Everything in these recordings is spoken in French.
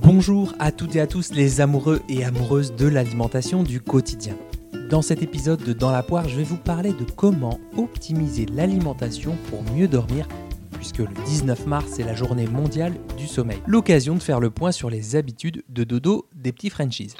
Bonjour à toutes et à tous les amoureux et amoureuses de l'alimentation du quotidien. Dans cet épisode de Dans la poire, je vais vous parler de comment optimiser l'alimentation pour mieux dormir, puisque le 19 mars c'est la journée mondiale du sommeil. L'occasion de faire le point sur les habitudes de dodo des petits Frenchies.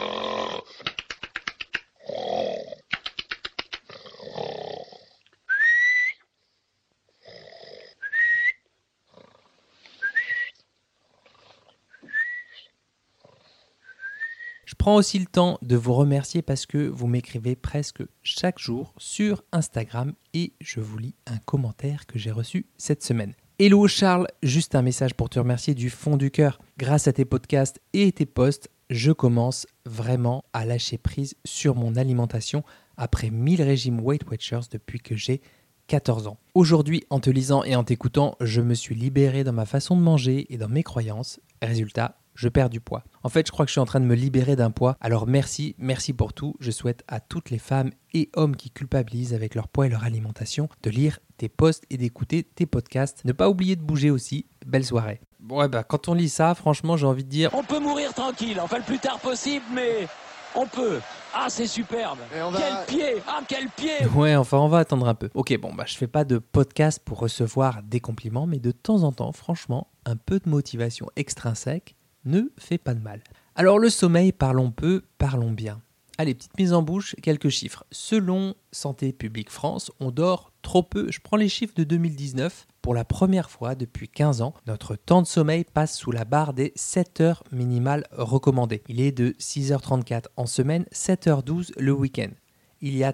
Je prends aussi le temps de vous remercier parce que vous m'écrivez presque chaque jour sur Instagram et je vous lis un commentaire que j'ai reçu cette semaine. Hello Charles, juste un message pour te remercier du fond du cœur. Grâce à tes podcasts et tes posts, je commence vraiment à lâcher prise sur mon alimentation après 1000 régimes Weight Watchers depuis que j'ai 14 ans. Aujourd'hui, en te lisant et en t'écoutant, je me suis libéré dans ma façon de manger et dans mes croyances. Résultat, je perds du poids. En fait, je crois que je suis en train de me libérer d'un poids. Alors merci pour tout. Je souhaite à toutes les femmes et hommes qui culpabilisent avec leur poids et leur alimentation de lire tes posts et d'écouter tes podcasts. Ne pas oublier de bouger aussi. Belle soirée. Quand on lit ça, franchement, j'ai envie de dire... On peut mourir tranquille, enfin le plus tard possible, mais on peut. Ah, c'est superbe. Quel pied. Ouais, enfin, on va attendre un peu. Je fais pas de podcast pour recevoir des compliments, mais de temps en temps, franchement, un peu de motivation extrinsèque ne fait pas de mal. Alors le sommeil, parlons peu, parlons bien. Allez, petite mise en bouche, quelques chiffres. Selon Santé publique France, on dort trop peu. Je prends les chiffres de 2019. Pour la première fois depuis 15 ans, notre temps de sommeil passe sous la barre des 7 heures minimales recommandées. Il est de 6h34 en semaine, 7h12 le week-end. Il y a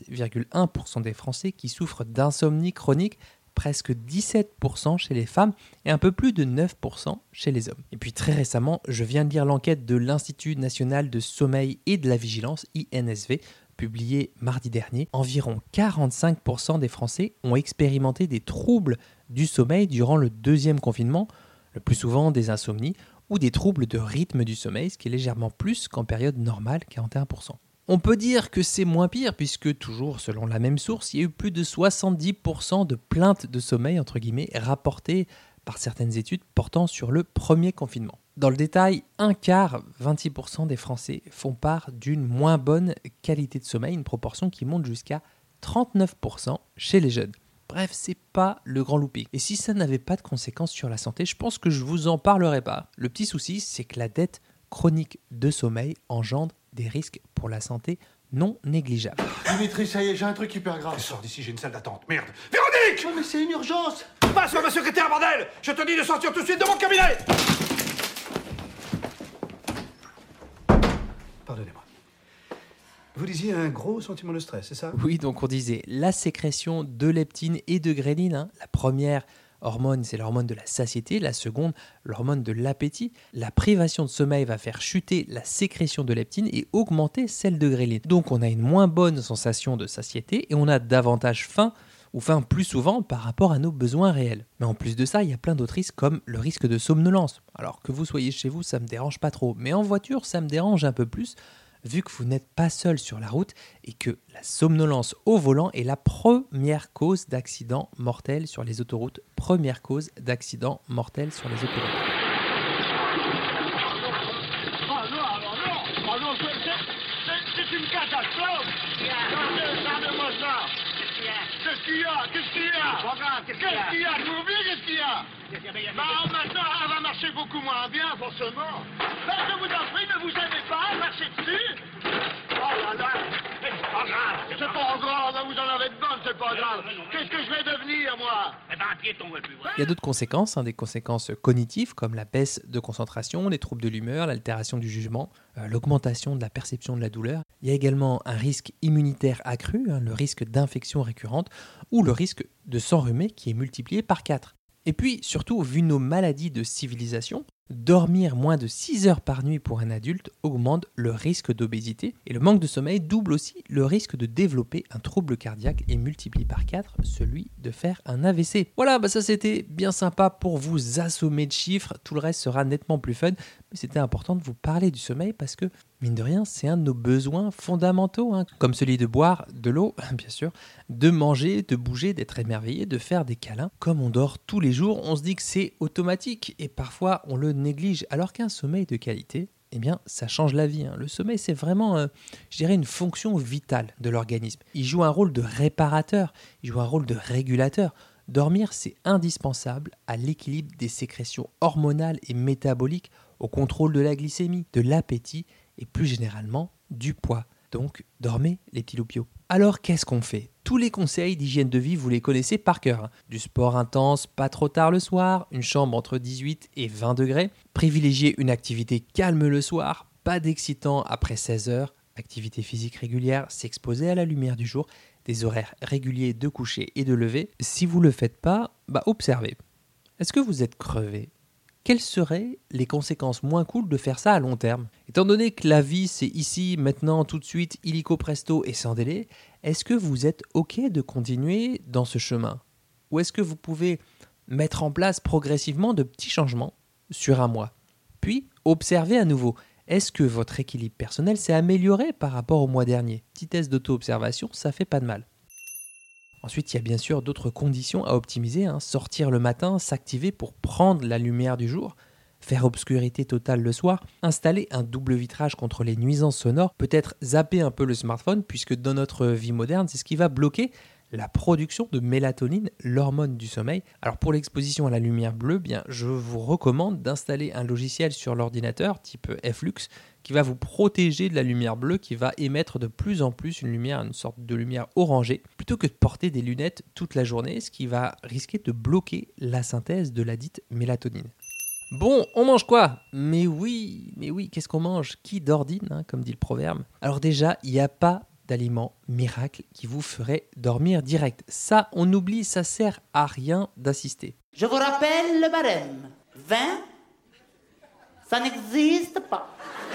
13,1% des Français qui souffrent d'insomnie chronique, presque 17% chez les femmes et un peu plus de 9% chez les hommes. Et puis très récemment, je viens de lire l'enquête de l'Institut national de sommeil et de la vigilance, INSV, publiée mardi dernier. Environ 45% des Français ont expérimenté des troubles du sommeil durant le deuxième confinement, le plus souvent des insomnies ou des troubles de rythme du sommeil, ce qui est légèrement plus qu'en période normale, 41%. On peut dire que c'est moins pire puisque, toujours selon la même source, il y a eu plus de 70% de plaintes de sommeil, entre guillemets, rapportées par certaines études portant sur le premier confinement. Dans le détail, un quart, 26% des Français font part d'une moins bonne qualité de sommeil, une proportion qui monte jusqu'à 39% chez les jeunes. Bref, c'est pas le grand loupé. Et si ça n'avait pas de conséquences sur la santé, je pense que je vous en parlerai pas. Le petit souci, c'est que la dette chronique de sommeil engendre des risques pour la santé non négligeables. Dimitri, ça y est, j'ai un truc hyper grave. Sors d'ici, j'ai une salle d'attente. Merde. Véronique! Non mais c'est une urgence. Passe sur ma secrétaire, bordel! Je te dis de sortir tout de suite de mon cabinet! Pardonnez-moi. Vous disiez un gros sentiment de stress, c'est ça? Oui, donc on disait la sécrétion de leptine et de gréline. La première hormone, c'est l'hormone de la satiété. La seconde, l'hormone de l'appétit. La privation de sommeil va faire chuter la sécrétion de leptine et augmenter celle de gréline. Donc on a une moins bonne sensation de satiété et on a davantage faim, ou faim plus souvent par rapport à nos besoins réels. Mais en plus de ça, il y a plein d'autres risques comme le risque de somnolence. Alors que vous soyez chez vous, ça me dérange pas trop. Mais en voiture, ça me dérange un peu plus, vu que vous n'êtes pas seul sur la route et que la somnolence au volant est la première cause d'accident mortel sur les autoroutes. Première cause d'accident mortel sur les autoroutes. Non, c'est une catastrophe. Regardez-moi ça. Qu'est-ce qu'il y a? Qu'est-ce qu'il y a? Je vous oublie, qu'est-ce qu'il y a? Maintenant, elle va marcher beaucoup moins bien, forcément. Je vous en prie, ne vous aimez pas, marchez dessus. Oh là là, c'est pas grave. C'est pas grave, vous en avez de bonnes, c'est pas grave. Qu'est-ce que je vais devenir, moi? Un piéton, ouais, plus vrai. Il y a d'autres conséquences, des conséquences cognitives comme la baisse de concentration, les troubles de l'humeur, l'altération du jugement, l'augmentation de la perception de la douleur. Il y a également un risque immunitaire accru, le risque d'infection récurrente ou le risque de s'enrhumer qui est multiplié par 4. Et puis, surtout, vu nos maladies de civilisation, dormir moins de 6 heures par nuit pour un adulte augmente le risque d'obésité et le manque de sommeil double aussi le risque de développer un trouble cardiaque et multiplie par 4 celui de faire un AVC. Voilà, ça c'était bien sympa pour vous assommer de chiffres, tout le reste sera nettement plus fun mais c'était important de vous parler du sommeil parce que, mine de rien, c'est un de nos besoins fondamentaux, comme celui de boire de l'eau, bien sûr, de manger, de bouger, d'être émerveillé, de faire des câlins. Comme on dort tous les jours, on se dit que c'est automatique et parfois on le néglige, alors qu'un sommeil de qualité, eh bien, ça change la vie. Le sommeil, c'est vraiment, je dirais, une fonction vitale de l'organisme. Il joue un rôle de réparateur, il joue un rôle de régulateur. Dormir, c'est indispensable à l'équilibre des sécrétions hormonales et métaboliques, au contrôle de la glycémie, de l'appétit et plus généralement du poids. Donc, dormez les petits loupiaux. Alors, qu'est-ce qu'on fait ? Tous les conseils d'hygiène de vie, vous les connaissez par cœur. Du sport intense, pas trop tard le soir, une chambre entre 18 et 20 degrés, privilégier une activité calme le soir, pas d'excitant après 16 heures, activité physique régulière, s'exposer à la lumière du jour, des horaires réguliers de coucher et de lever. Si vous ne le faites pas, observez. Est-ce que vous êtes crevé ? Quelles seraient les conséquences moins cool de faire ça à long terme ? Étant donné que la vie c'est ici, maintenant, tout de suite, illico presto et sans délai, est-ce que vous êtes OK de continuer dans ce chemin ? Ou est-ce que vous pouvez mettre en place progressivement de petits changements sur un mois ? Puis, observez à nouveau. Est-ce que votre équilibre personnel s'est amélioré par rapport au mois dernier ? Petit test d'auto-observation, ça fait pas de mal. Ensuite, il y a bien sûr d'autres conditions à optimiser. Sortir le matin, s'activer pour prendre la lumière du jour, faire obscurité totale le soir, installer un double vitrage contre les nuisances sonores, peut-être zapper un peu le smartphone, puisque dans notre vie moderne, c'est ce qui va bloquer la production de mélatonine, l'hormone du sommeil. Alors pour l'exposition à la lumière bleue, je vous recommande d'installer un logiciel sur l'ordinateur type Flux qui va vous protéger de la lumière bleue qui va émettre de plus en plus une sorte de lumière orangée, plutôt que de porter des lunettes toute la journée, ce qui va risquer de bloquer la synthèse de la dite mélatonine. Bon, on mange quoi ? Mais oui, qu'est-ce qu'on mange ? Qui d'ordine, comme dit le proverbe ? Alors déjà, il n'y a pas d'aliments miracles qui vous ferait dormir direct. Ça, on oublie, ça sert à rien d'insister. Je vous rappelle le barème. 20, ça n'existe pas.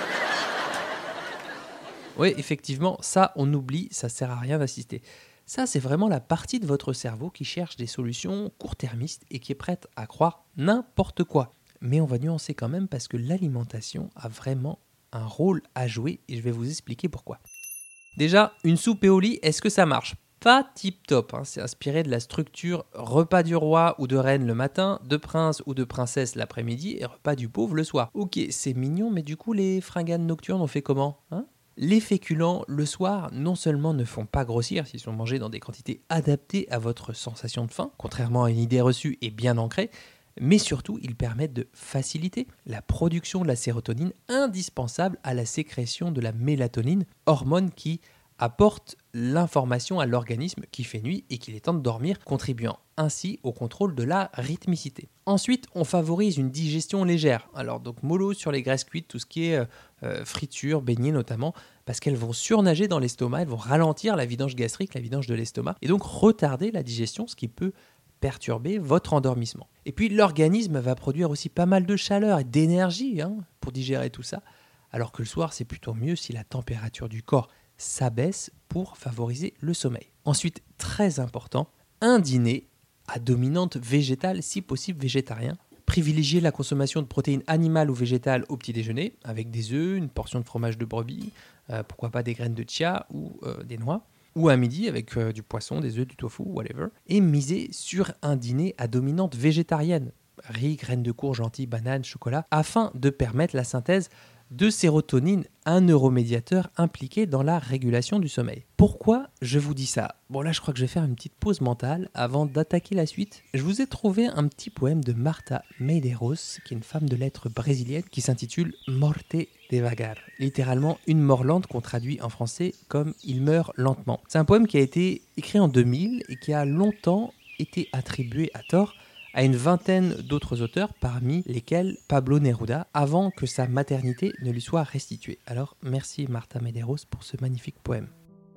Oui, effectivement, ça, on oublie, ça sert à rien d'insister. Ça, c'est vraiment la partie de votre cerveau qui cherche des solutions court-termistes et qui est prête à croire n'importe quoi. Mais on va nuancer quand même parce que l'alimentation a vraiment un rôle à jouer et je vais vous expliquer pourquoi. Déjà, une soupe et au lit, est-ce que ça marche ? Pas tip-top, c'est inspiré de la structure repas du roi ou de reine le matin, de prince ou de princesse l'après-midi et repas du pauvre le soir. Ok, c'est mignon, mais du coup, les fringanes nocturnes, on fait comment ? Les féculents, le soir, non seulement ne font pas grossir s'ils sont mangés dans des quantités adaptées à votre sensation de faim, contrairement à une idée reçue et bien ancrée, mais surtout, ils permettent de faciliter la production de la sérotonine indispensable à la sécrétion de la mélatonine, hormone qui apporte l'information à l'organisme qui fait nuit et qu'il est temps de dormir, contribuant ainsi au contrôle de la rythmicité. Ensuite, on favorise une digestion légère. Alors donc mollo sur les graisses cuites, tout ce qui est friture, beignets notamment, parce qu'elles vont surnager dans l'estomac, elles vont ralentir la vidange gastrique, la vidange de l'estomac, et donc retarder la digestion, ce qui peut perturber votre endormissement. Et puis l'organisme va produire aussi pas mal de chaleur et d'énergie pour digérer tout ça, alors que le soir c'est plutôt mieux si la température du corps s'abaisse pour favoriser le sommeil. Ensuite, très important, un dîner à dominante végétale, si possible végétarien. Privilégiez la consommation de protéines animales ou végétales au petit déjeuner, avec des œufs, une portion de fromage de brebis, pourquoi pas des graines de chia ou des noix, ou à midi avec du poisson, des œufs, du tofu, whatever. Et misez sur un dîner à dominante végétarienne, riz, graines de courge, lentilles, bananes, chocolat, afin de permettre la synthèse de sérotonine, un neuromédiateur impliqué dans la régulation du sommeil. Pourquoi je vous dis ça ? Bon là je crois que je vais faire une petite pause mentale avant d'attaquer la suite. Je vous ai trouvé un petit poème de Marta Medeiros, qui est une femme de lettres brésilienne, qui s'intitule « Morte devagar », littéralement une mort lente qu'on traduit en français comme « il meurt lentement ». C'est un poème qui a été écrit en 2000 et qui a longtemps été attribué à tort à une vingtaine d'autres auteurs, parmi lesquels Pablo Neruda, avant que sa maternité ne lui soit restituée. Alors, merci Marta Medeiros pour ce magnifique poème.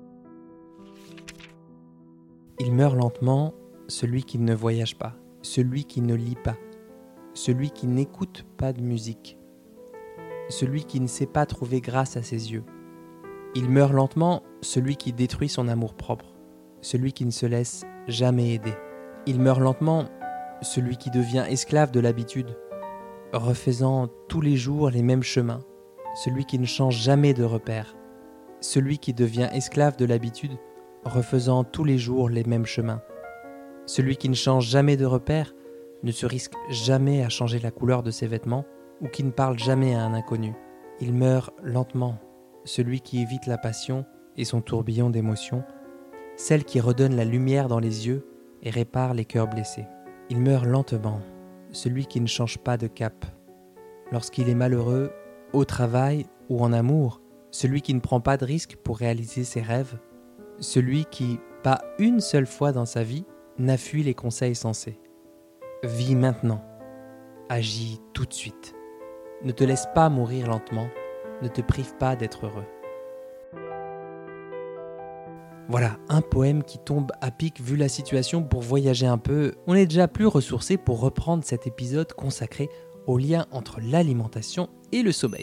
Il meurt lentement, celui qui ne voyage pas, celui qui ne lit pas, celui qui n'écoute pas de musique, celui qui ne sait pas trouver grâce à ses yeux. Il meurt lentement, celui qui détruit son amour-propre, celui qui ne se laisse jamais aider. Il meurt lentement, celui qui devient esclave de l'habitude, refaisant tous les jours les mêmes chemins, celui qui ne change jamais de repère, celui qui devient esclave de l'habitude, refaisant tous les jours les mêmes chemins, celui qui ne change jamais de repère, ne se risque jamais à changer la couleur de ses vêtements ou qui ne parle jamais à un inconnu. Il meurt lentement, celui qui évite la passion et son tourbillon d'émotions, celle qui redonne la lumière dans les yeux et répare les cœurs blessés. Il meurt lentement, celui qui ne change pas de cap. Lorsqu'il est malheureux, au travail ou en amour, celui qui ne prend pas de risque pour réaliser ses rêves, celui qui, pas une seule fois dans sa vie, n'a fui les conseils sensés. Vis maintenant, agis tout de suite. Ne te laisse pas mourir lentement, ne te prive pas d'être heureux. Voilà, un poème qui tombe à pic vu la situation pour voyager un peu. On est déjà plus ressourcé pour reprendre cet épisode consacré au lien entre l'alimentation et le sommeil.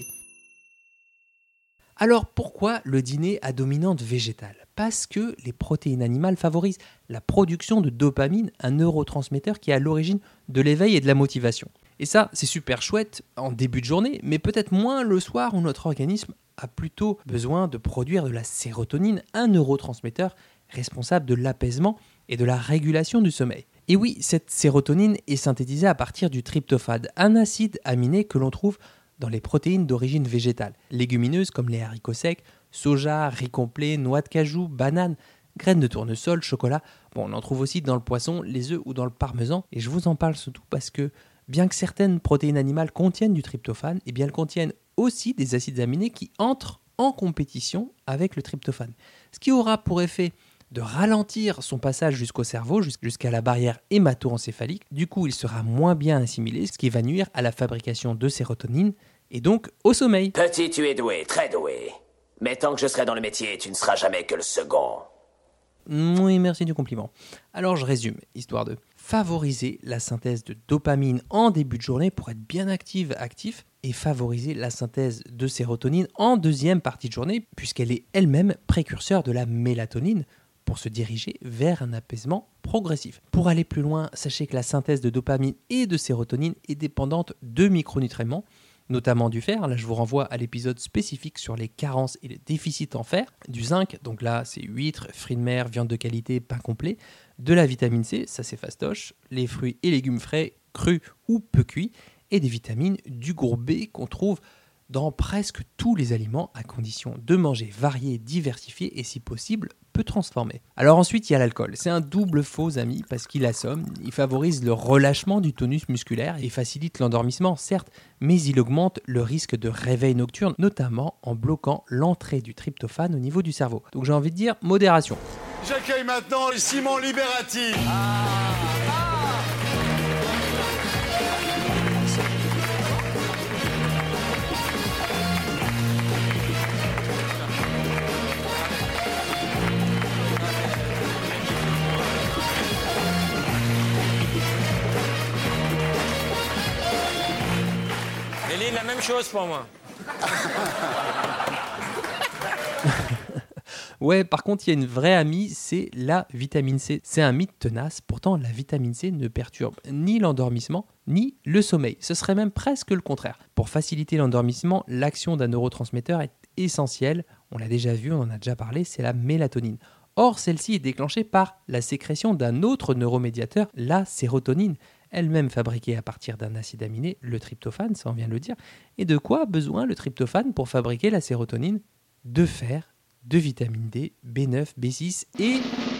Alors pourquoi le dîner à dominante végétale ? Parce que les protéines animales favorisent la production de dopamine, un neurotransmetteur qui est à l'origine de l'éveil et de la motivation. Et ça, c'est super chouette en début de journée, mais peut-être moins le soir où notre organisme a plutôt besoin de produire de la sérotonine, un neurotransmetteur responsable de l'apaisement et de la régulation du sommeil. Et oui, cette sérotonine est synthétisée à partir du tryptophane, un acide aminé que l'on trouve dans les protéines d'origine végétale, légumineuses comme les haricots secs, soja, riz complet, noix de cajou, bananes, graines de tournesol, chocolat. Bon, on en trouve aussi dans le poisson, les œufs ou dans le parmesan. Et je vous en parle surtout parce que bien que certaines protéines animales contiennent du tryptophane, eh bien elles contiennent aussi des acides aminés qui entrent en compétition avec le tryptophane. Ce qui aura pour effet de ralentir son passage jusqu'au cerveau, jusqu'à la barrière hémato-encéphalique. Du coup, il sera moins bien assimilé, ce qui va nuire à la fabrication de sérotonine et donc au sommeil. Petit, tu es doué, très doué. Mais tant que je serai dans le métier, tu ne seras jamais que le second. Oui, merci du compliment. Alors je résume, histoire de favoriser la synthèse de dopamine en début de journée pour être bien actif, et favoriser la synthèse de sérotonine en deuxième partie de journée, puisqu'elle est elle-même précurseur de la mélatonine, pour se diriger vers un apaisement progressif. Pour aller plus loin, sachez que la synthèse de dopamine et de sérotonine est dépendante de micronutriments, notamment du fer. Là, je vous renvoie à l'épisode spécifique sur les carences et les déficits en fer. Du zinc, donc là, c'est huîtres, fruits de mer, viande de qualité, pain complet. De la vitamine C, ça c'est fastoche. Les fruits et légumes frais, crus ou peu cuits. Et des vitamines du groupe B qu'on trouve dans presque tous les aliments à condition de manger varié, diversifié et si possible peu transformé. Alors ensuite il y a l'alcool, c'est un double faux ami parce qu'il assomme, il favorise le relâchement du tonus musculaire et facilite l'endormissement certes, mais il augmente le risque de réveil nocturne, notamment en bloquant l'entrée du tryptophane au niveau du cerveau. Donc j'ai envie de dire modération. J'accueille maintenant Simon Liberati. La même chose pour moi. Ouais, par contre, il y a une vraie amie, c'est la vitamine C. C'est un mythe tenace, pourtant la vitamine C ne perturbe ni l'endormissement, ni le sommeil. Ce serait même presque le contraire. Pour faciliter l'endormissement, l'action d'un neurotransmetteur est essentielle. On l'a déjà vu, on en a déjà parlé, c'est la mélatonine. Or, celle-ci est déclenchée par la sécrétion d'un autre neuromédiateur, la sérotonine, elle-même fabriquée à partir d'un acide aminé, le tryptophane, ça on vient de le dire. Et de quoi a besoin le tryptophane pour fabriquer la sérotonine ? De fer, de vitamine D, B9, B6 et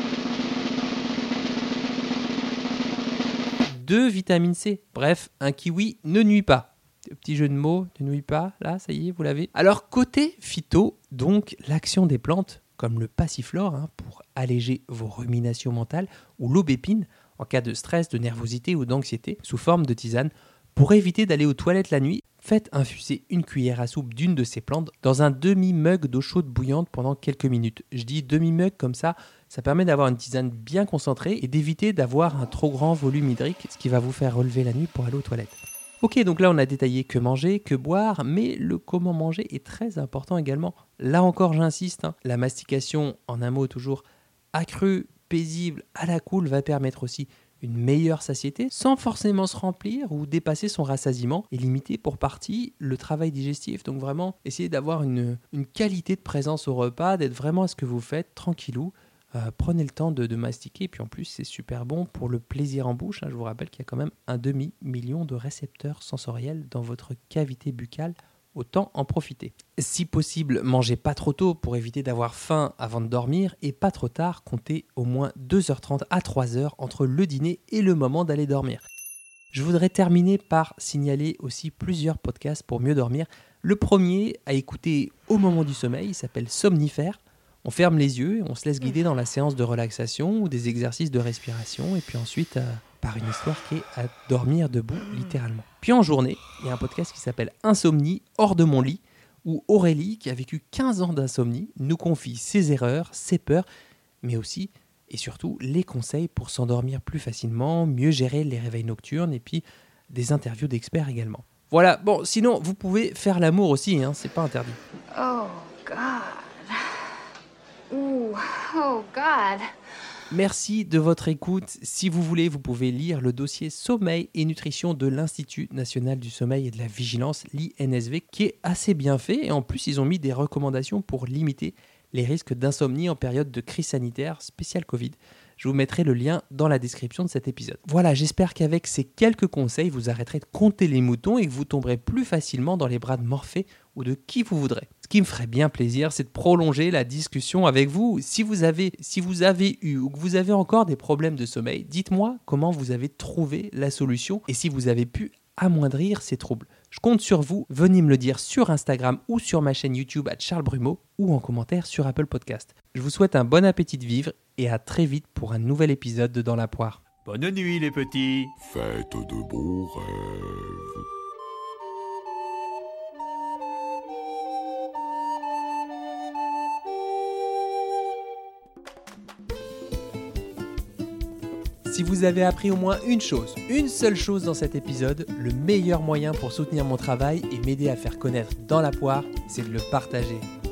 de vitamine C. Bref, un kiwi ne nuit pas. Petit jeu de mots, ne nuit pas, là, ça y est, vous l'avez. Alors, côté phyto, donc, l'action des plantes, comme le passiflore, pour alléger vos ruminations mentales, ou l'aubépine, en cas de stress, de nervosité ou d'anxiété, sous forme de tisane. Pour éviter d'aller aux toilettes la nuit, faites infuser une cuillère à soupe d'une de ces plantes dans un demi-mug d'eau chaude bouillante pendant quelques minutes. Je dis demi-mug comme ça permet d'avoir une tisane bien concentrée et d'éviter d'avoir un trop grand volume hydrique, ce qui va vous faire relever la nuit pour aller aux toilettes. Ok, donc là on a détaillé que manger, que boire, mais le comment manger est très important également. Là encore j'insiste, la mastication, en un mot toujours accrue, paisible, à la cool, va permettre aussi une meilleure satiété sans forcément se remplir ou dépasser son rassasiement et limiter pour partie le travail digestif. Donc vraiment, essayez d'avoir une qualité de présence au repas, d'être vraiment à ce que vous faites, tranquillou. Prenez le temps de mastiquer, et puis en plus c'est super bon pour le plaisir en bouche. Je vous rappelle qu'il y a quand même 1,5 million de récepteurs sensoriels dans votre cavité buccale, autant en profiter. Si possible, mangez pas trop tôt pour éviter d'avoir faim avant de dormir, et pas trop tard, comptez au moins 2h30 à 3h entre le dîner et le moment d'aller dormir. Je voudrais terminer par signaler aussi plusieurs podcasts pour mieux dormir. Le premier à écouter au moment du sommeil, il s'appelle Somnifère. On ferme les yeux, on se laisse guider dans la séance de relaxation ou des exercices de respiration, et puis ensuite par une histoire qui est à dormir debout, littéralement. Puis en journée, il y a un podcast qui s'appelle Insomnie, hors de mon lit, où Aurélie, qui a vécu 15 ans d'insomnie, nous confie ses erreurs, ses peurs, mais aussi et surtout les conseils pour s'endormir plus facilement, mieux gérer les réveils nocturnes, et puis des interviews d'experts également. Voilà, bon, sinon vous pouvez faire l'amour aussi, c'est pas interdit. Oh God. Ooh, oh God. Merci de votre écoute. Si vous voulez, vous pouvez lire le dossier Sommeil et Nutrition de l'Institut National du Sommeil et de la Vigilance, l'INSV, qui est assez bien fait. Et en plus, ils ont mis des recommandations pour limiter les risques d'insomnie en période de crise sanitaire spéciale Covid. Je vous mettrai le lien dans la description de cet épisode. Voilà, j'espère qu'avec ces quelques conseils, vous arrêterez de compter les moutons et que vous tomberez plus facilement dans les bras de Morphée ou de qui vous voudrez. Ce qui me ferait bien plaisir, c'est de prolonger la discussion avec vous. Si vous avez eu ou que vous avez encore des problèmes de sommeil, dites-moi comment vous avez trouvé la solution et si vous avez pu amoindrir ces troubles. Je compte sur vous, venez me le dire sur Instagram ou sur ma chaîne YouTube @CharlesBrumeau ou en commentaire sur Apple Podcast. Je vous souhaite un bon appétit de vivre et à très vite pour un nouvel épisode de Dans la poire. Bonne nuit les petits. Faites de beaux rêves. Si vous avez appris au moins une seule chose dans cet épisode, le meilleur moyen pour soutenir mon travail et m'aider à faire connaître Dans la poire, c'est de le partager.